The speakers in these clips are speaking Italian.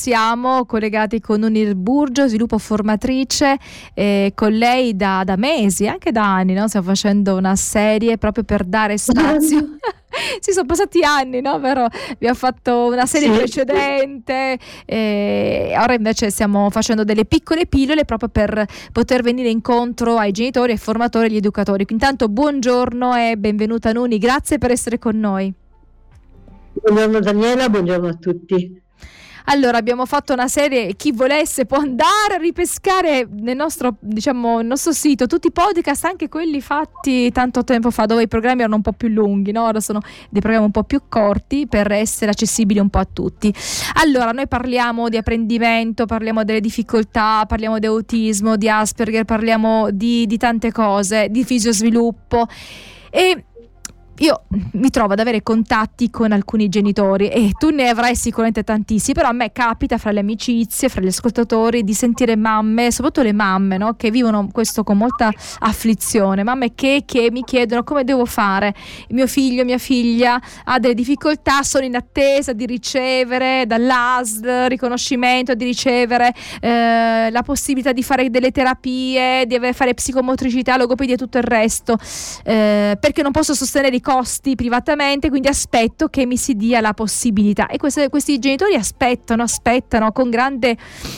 siamo collegati con Nuni Burgio, sviluppo formatrice, con lei da mesi, anche da anni, no? Stiamo facendo una serie proprio per dare spazio. Sì, sono passati anni, no? Vero? Abbiamo fatto una serie precedente, ora invece stiamo facendo delle piccole pillole proprio per poter venire incontro ai genitori, ai formatori e agli educatori. Intanto buongiorno e benvenuta Nuni, grazie per essere con noi. Buongiorno Daniela, buongiorno a tutti. Allora, abbiamo fatto una serie, chi volesse può andare a ripescare nel nostro sito tutti i podcast, anche quelli fatti tanto tempo fa, dove i programmi erano un po' più lunghi, no? Ora sono dei programmi un po' più corti per essere accessibili un po' a tutti. Allora, noi parliamo di apprendimento, parliamo delle difficoltà, parliamo di autismo, di Asperger, parliamo di tante cose, di fisiosviluppo, e io mi trovo ad avere contatti con alcuni genitori e tu ne avrai sicuramente tantissimi, però a me capita fra le amicizie, fra gli ascoltatori, di sentire mamme, soprattutto le mamme, no? Che vivono questo con molta afflizione, mamme che mi chiedono come devo fare, mio figlio, mia figlia ha delle difficoltà, sono in attesa di ricevere dall'ASL riconoscimento, di ricevere la possibilità di fare delle terapie, di fare psicomotricità, logopedia e tutto il resto, perché non posso sostenere i costi privatamente, quindi aspetto che mi si dia la possibilità. E questi genitori aspettano con grande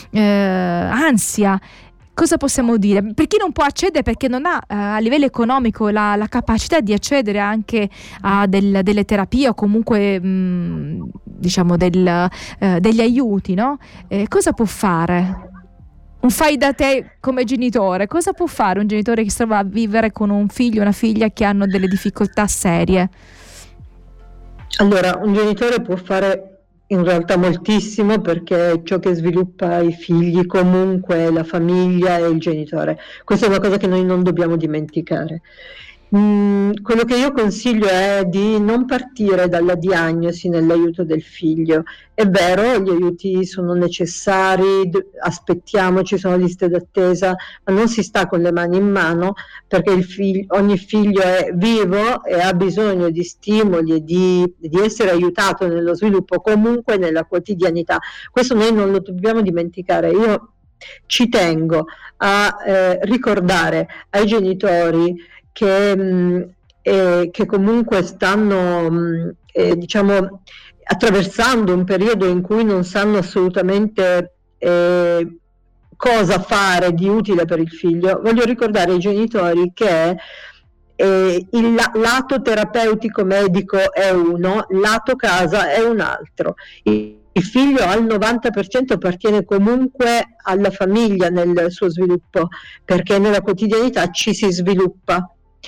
ansia. Cosa possiamo dire? Per chi non può accedere perché non ha a livello economico la capacità di accedere anche a delle terapie o comunque diciamo degli aiuti, no? Cosa può fare? Un fai da te come genitore, cosa può fare un genitore che si trova a vivere con un figlio o una figlia che hanno delle difficoltà serie? Allora, un genitore può fare in realtà moltissimo, perché ciò che sviluppa i figli comunque è la famiglia e il genitore. Questa è una cosa che noi non dobbiamo dimenticare. Quello che io consiglio è di non partire dalla diagnosi nell'aiuto del figlio. È vero, gli aiuti sono necessari, aspettiamo, ci sono liste d'attesa, ma non si sta con le mani in mano, perché ogni figlio è vivo e ha bisogno di stimoli e di essere aiutato nello sviluppo, comunque nella quotidianità. Questo noi non lo dobbiamo dimenticare. Io ci tengo a ricordare ai genitori che comunque stanno diciamo attraversando un periodo in cui non sanno assolutamente cosa fare di utile per il figlio. Voglio ricordare ai genitori che il lato terapeutico medico è uno, lato casa è un altro. Il figlio al 90% appartiene comunque alla famiglia nel suo sviluppo, perché nella quotidianità ci si sviluppa.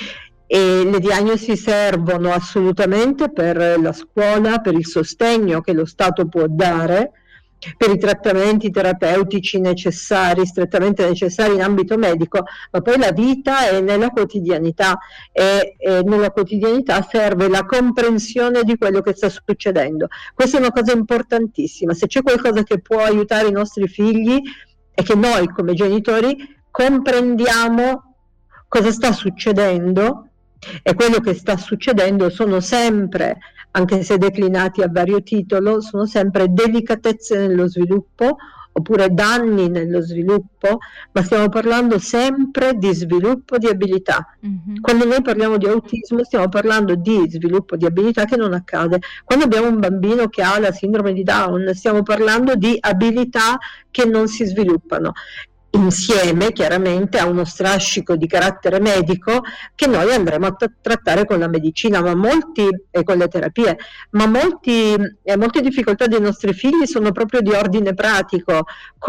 E le diagnosi servono assolutamente per la scuola, per il sostegno che lo Stato può dare, per i trattamenti terapeutici necessari, strettamente necessari in ambito medico, ma poi la vita è nella quotidianità e nella quotidianità serve la comprensione di quello che sta succedendo. Questa è una cosa importantissima. Se c'è qualcosa che può aiutare i nostri figli è che noi come genitori comprendiamo cosa sta succedendo, e quello che sta succedendo sono sempre, anche se declinati a vario titolo, sono sempre delicatezze nello sviluppo oppure danni nello sviluppo, ma stiamo parlando sempre di sviluppo di abilità. Mm-hmm. Quando noi parliamo di autismo stiamo parlando di sviluppo di abilità che non accade. Quando abbiamo un bambino che ha la sindrome di Down stiamo parlando di abilità che non si sviluppano, insieme chiaramente a uno strascico di carattere medico che noi andremo a trattare con la medicina, e con le terapie, ma molte difficoltà dei nostri figli sono proprio di ordine pratico.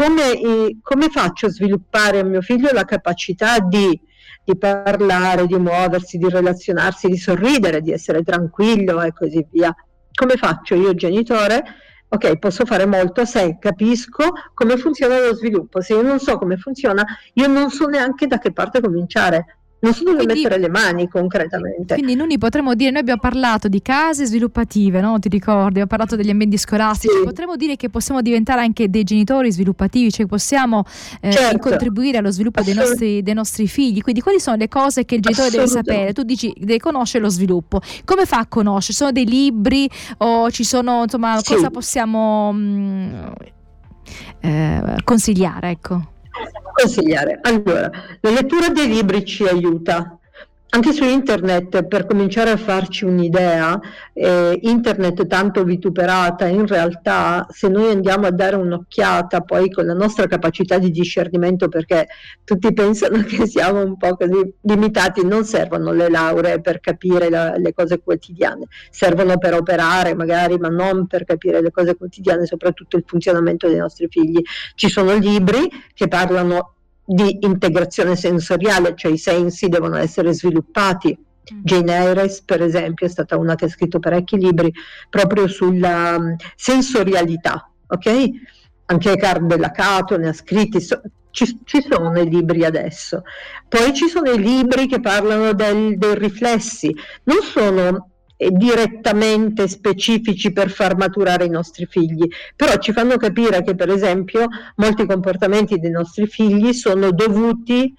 Come faccio a sviluppare a mio figlio la capacità di parlare, di muoversi, di relazionarsi, di sorridere, di essere tranquillo e così via? Come faccio io genitore? Ok, posso fare molto se capisco come funziona lo sviluppo. Se io non so come funziona, io non so neanche da che parte cominciare. Non so dove mettere le mani concretamente. Quindi noi potremmo dire, noi abbiamo parlato di case sviluppative, no? Ti ricordi? Abbiamo parlato degli ambienti scolastici, sì. Potremmo dire che possiamo diventare anche dei genitori sviluppativi, cioè possiamo contribuire allo sviluppo dei nostri figli. Quindi quali sono le cose che il genitore deve sapere? Tu dici, deve conoscere lo sviluppo. Come fa a conoscere? Sono dei libri o ci sono, insomma, sì. Cosa possiamo consigliare, ecco? Consigliare. Allora, la lettura dei libri ci aiuta. Anche su internet, per cominciare a farci un'idea, internet tanto vituperata, in realtà se noi andiamo a dare un'occhiata poi con la nostra capacità di discernimento, perché tutti pensano che siamo un po' così limitati, non servono le lauree per capire le cose quotidiane, servono per operare magari, ma non per capire le cose quotidiane, soprattutto il funzionamento dei nostri figli. Ci sono libri che parlano di integrazione sensoriale, cioè i sensi devono essere sviluppati. Jane Eyres, per esempio, è stata una che ha scritto parecchi libri proprio sulla sensorialità, ok? Anche Carl Della Cato ne ha scritti, ci sono i libri adesso. Poi ci sono i libri che parlano dei riflessi, non sono direttamente specifici per far maturare i nostri figli, però ci fanno capire che per esempio molti comportamenti dei nostri figli sono dovuti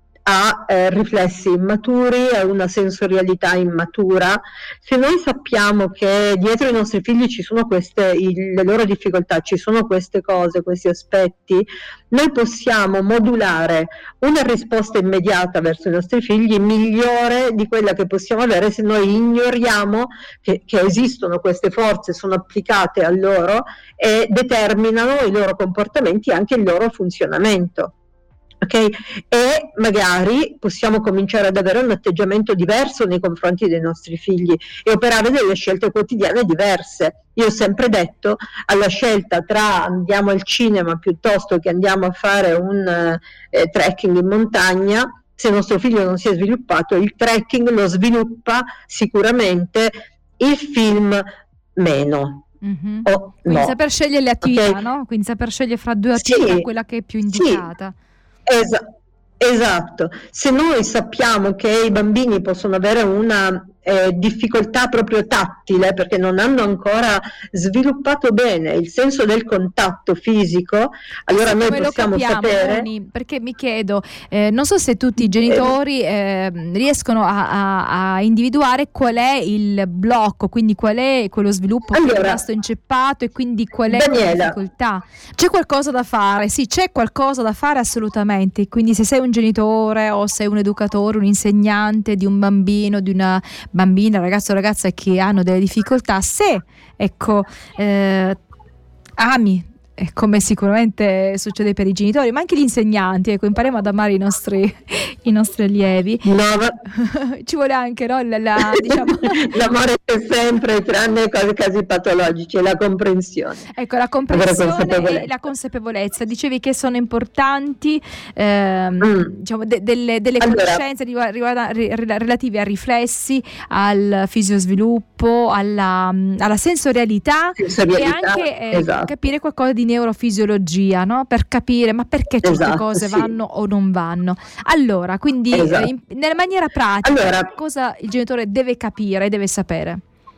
a riflessi immaturi, a una sensorialità immatura. Se noi sappiamo che dietro i nostri figli ci sono le loro difficoltà, ci sono queste cose, questi aspetti, noi possiamo modulare una risposta immediata verso i nostri figli migliore di quella che possiamo avere se noi ignoriamo che esistono queste forze, sono applicate a loro e determinano i loro comportamenti e anche il loro funzionamento. Okay? E magari possiamo cominciare ad avere un atteggiamento diverso nei confronti dei nostri figli e operare delle scelte quotidiane diverse. Io ho sempre detto, alla scelta tra andiamo al cinema piuttosto che andiamo a fare un trekking in montagna, se il nostro figlio non si è sviluppato, il trekking lo sviluppa sicuramente, il film meno. Mm-hmm. Quindi saper scegliere le attività, okay? No? Quindi saper scegliere fra due attività, sì, quella che è più indicata. Sì. Esatto, se noi sappiamo che i bambini possono avere una difficoltà proprio tattile perché non hanno ancora sviluppato bene il senso del contatto fisico, allora noi possiamo sapere. Moni, perché mi chiedo, non so se tutti i genitori riescono a individuare qual è il blocco, quindi qual è quello sviluppo che è rimasto inceppato e quindi qual è la difficoltà. C'è qualcosa da fare? Sì, c'è qualcosa da fare assolutamente, quindi se sei un genitore o sei un educatore, un insegnante di un bambino, di una bambina, ragazzo o ragazza che hanno delle difficoltà, se ami, come sicuramente succede per i genitori, ma anche gli insegnanti, impariamo ad amare i nostri allievi. Ci vuole anche, no? Diciamo... L'amore c'è sempre, tranne casi patologici, e la comprensione. Ecco, la comprensione e la consapevolezza. Dicevi che sono importanti diciamo, delle conoscenze relative a riflessi, al fisiosviluppo, alla sensorialità e anche capire qualcosa di neurofisiologia, no? Per capire ma perché certe cose vanno o non vanno. Allora, quindi nella maniera pratica, cosa il genitore deve capire, deve sapere?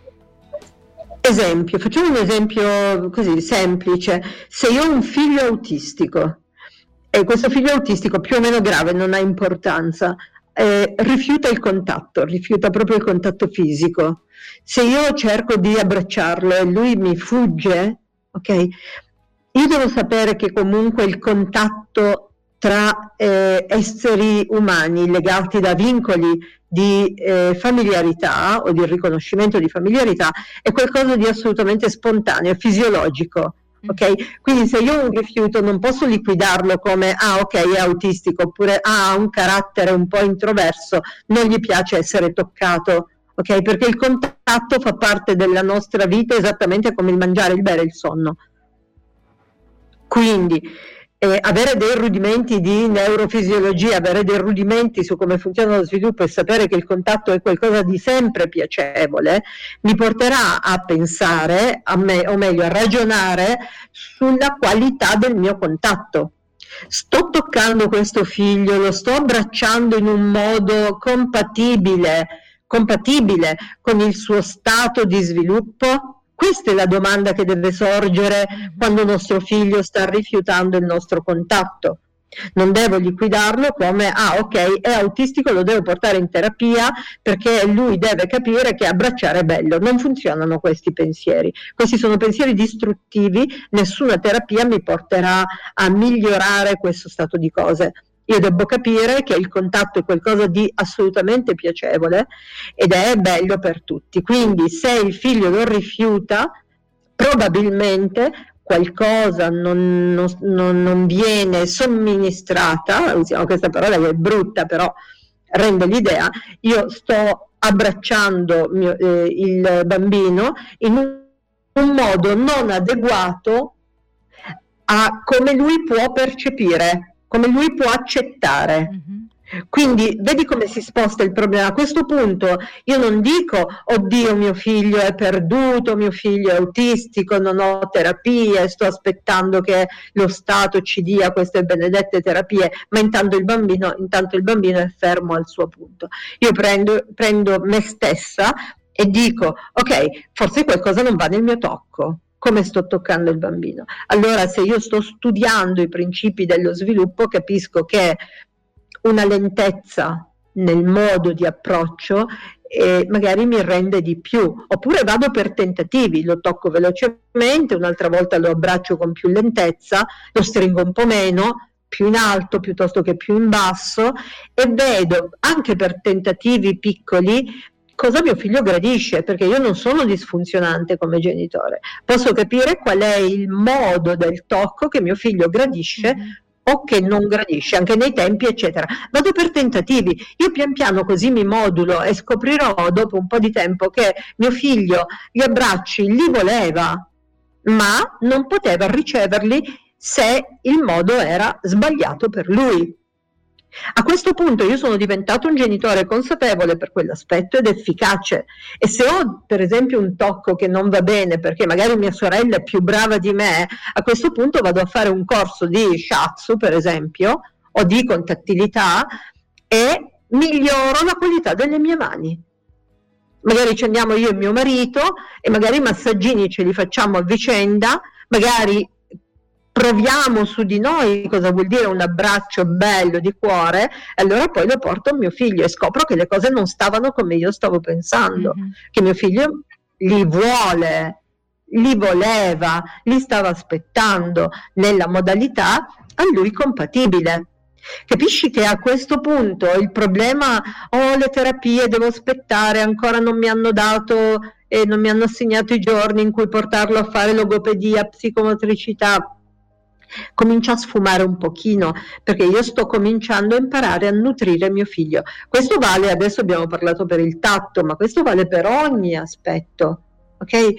Facciamo un esempio così semplice. Se io ho un figlio autistico e questo figlio autistico più o meno grave, non ha importanza, rifiuta il contatto, rifiuta proprio il contatto fisico. Se io cerco di abbracciarlo e lui mi fugge, ok? Io devo sapere che comunque il contatto tra esseri umani legati da vincoli di familiarità o di riconoscimento di familiarità è qualcosa di assolutamente spontaneo, fisiologico. Ok? Quindi se io ho un rifiuto non posso liquidarlo come ok, è autistico, oppure ha un carattere un po' introverso, non gli piace essere toccato. Ok? Perché il contatto fa parte della nostra vita esattamente come il mangiare, il bere, il sonno. Quindi avere dei rudimenti di neurofisiologia, avere dei rudimenti su come funziona lo sviluppo e sapere che il contatto è qualcosa di sempre piacevole, mi porterà a pensare, o meglio a ragionare sulla qualità del mio contatto. Sto toccando questo figlio, lo sto abbracciando in un modo compatibile con il suo stato di sviluppo? Questa è la domanda che deve sorgere quando nostro figlio sta rifiutando il nostro contatto. Non devo liquidarlo come, ok, è autistico, lo devo portare in terapia perché lui deve capire che abbracciare è bello. Non funzionano questi pensieri. Questi sono pensieri distruttivi, nessuna terapia mi porterà a migliorare questo stato di cose. Io devo capire che il contatto è qualcosa di assolutamente piacevole ed è bello per tutti. Quindi se il figlio lo rifiuta, probabilmente qualcosa non viene somministrata, usiamo questa parola che è brutta però rende l'idea, io sto abbracciando il bambino in un modo non adeguato a come lui può percepire, come lui può accettare. Mm-hmm. Quindi vedi come si sposta il problema. A questo punto io non dico oddio mio figlio è perduto, mio figlio è autistico, non ho terapie, sto aspettando che lo Stato ci dia queste benedette terapie, ma intanto il bambino è fermo al suo punto. Io prendo me stessa e dico ok, forse qualcosa non va nel mio tocco. Come sto toccando il bambino? Allora se io sto studiando i principi dello sviluppo capisco che una lentezza nel modo di approccio magari mi rende di più, oppure vado per tentativi, lo tocco velocemente, un'altra volta lo abbraccio con più lentezza, lo stringo un po' meno, più in alto piuttosto che più in basso, e vedo anche per tentativi piccoli cosa mio figlio gradisce, perché io non sono disfunzionante come genitore, posso capire qual è il modo del tocco che mio figlio gradisce o che non gradisce, anche nei tempi eccetera. Vado per tentativi, io pian piano così mi modulo e scoprirò dopo un po' di tempo che mio figlio gli abbracci li voleva, ma non poteva riceverli se il modo era sbagliato per lui. A questo punto io sono diventato un genitore consapevole per quell'aspetto ed efficace, e se ho per esempio un tocco che non va bene perché magari mia sorella è più brava di me, a questo punto vado a fare un corso di shiatsu per esempio o di contattilità e miglioro la qualità delle mie mani. Magari ci andiamo io e mio marito e magari i massaggini ce li facciamo a vicenda, magari proviamo su di noi cosa vuol dire un abbraccio bello di cuore, e allora poi lo porto a mio figlio e scopro che le cose non stavano come io stavo pensando, che mio figlio li vuole, li voleva, li stava aspettando nella modalità a lui compatibile. Capisci che a questo punto il problema le terapie devo aspettare, ancora non mi hanno dato e non mi hanno assegnato i giorni in cui portarlo a fare logopedia, psicomotricità, comincia a sfumare un pochino, perché io sto cominciando a imparare a nutrire mio figlio. Questo vale, adesso abbiamo parlato per il tatto, ma questo vale per ogni aspetto, ok?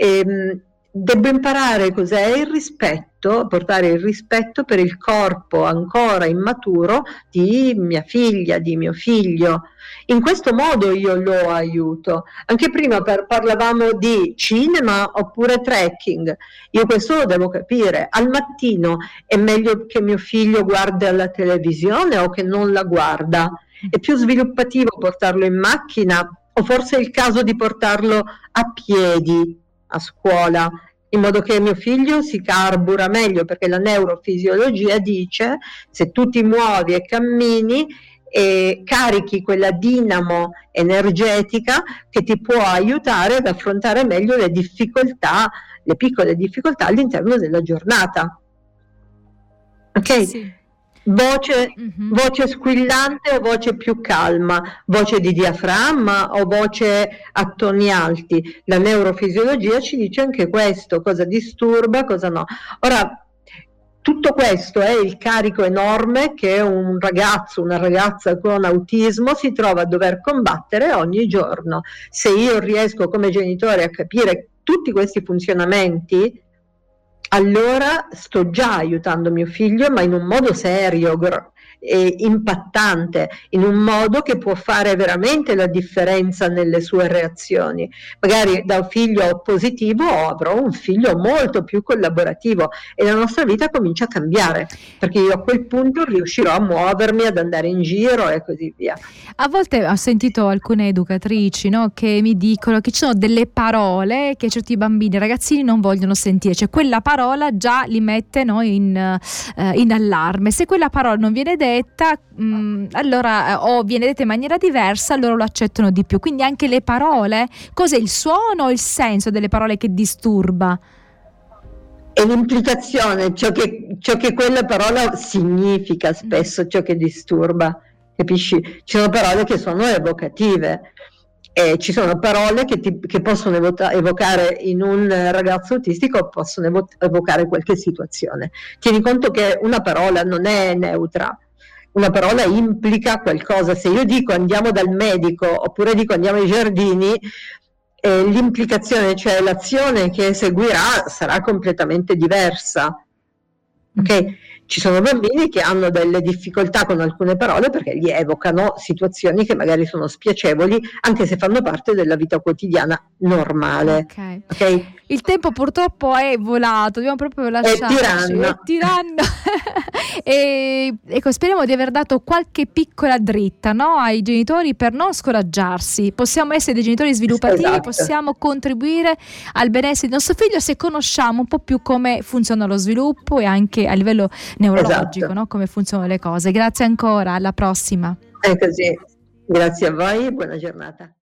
Devo imparare cos'è il rispetto, portare il rispetto per il corpo ancora immaturo di mia figlia, di mio figlio. In questo modo io lo aiuto. Anche prima parlavamo di cinema oppure trekking. Io questo lo devo capire. Al mattino è meglio che mio figlio guardi la televisione o che non la guarda? È più sviluppativo portarlo in macchina o forse è il caso di portarlo a piedi a scuola, in modo che mio figlio si carbura meglio, perché la neurofisiologia dice se tu ti muovi e cammini e carichi quella dinamo energetica che ti può aiutare ad affrontare meglio le difficoltà, le piccole difficoltà all'interno della giornata. Ok? Sì. Voce squillante o voce più calma, voce di diaframma o voce a toni alti. La neurofisiologia ci dice anche questo, cosa disturba, cosa no. Ora, tutto questo è il carico enorme che un ragazzo, una ragazza con autismo si trova a dover combattere ogni giorno. Se io riesco come genitore a capire tutti questi funzionamenti, allora sto già aiutando mio figlio, ma in un modo serio impattante, in un modo che può fare veramente la differenza nelle sue reazioni. Magari da un figlio positivo avrò un figlio molto più collaborativo e la nostra vita comincia a cambiare, perché io a quel punto riuscirò a muovermi, ad andare in giro e così via. A volte ho sentito alcune educatrici, no, che mi dicono che ci sono delle parole che certi bambini e ragazzini non vogliono sentire, cioè quella parola già li mette, no, in allarme. Se quella parola non viene detta, allora o viene detta in maniera diversa, allora lo accettano di più. Quindi anche le parole, cos'è il suono o il senso delle parole che disturba? È l'implicazione, ciò che quella parola significa spesso, ciò che disturba, capisci? Ci sono parole che sono evocative e ci sono parole che possono evocare in un ragazzo autistico, possono evocare qualche situazione. Tieni conto che una parola non è neutra, una parola implica qualcosa. Se io dico andiamo dal medico oppure dico andiamo ai giardini, l'implicazione, cioè l'azione che seguirà, sarà completamente diversa. Ok? Ci sono bambini che hanno delle difficoltà con alcune parole perché gli evocano situazioni che magari sono spiacevoli, anche se fanno parte della vita quotidiana normale. Ok? Il tempo purtroppo è volato, dobbiamo proprio lasciarci. È tiranno. E ecco, speriamo di aver dato qualche piccola dritta, no, ai genitori per non scoraggiarsi. Possiamo essere dei genitori sviluppativi, esatto. Possiamo contribuire al benessere del nostro figlio se conosciamo un po' più come funziona lo sviluppo e anche a livello neurologico, esatto. No? Come funzionano le cose. Grazie ancora, alla prossima. È così. Grazie a voi e buona giornata.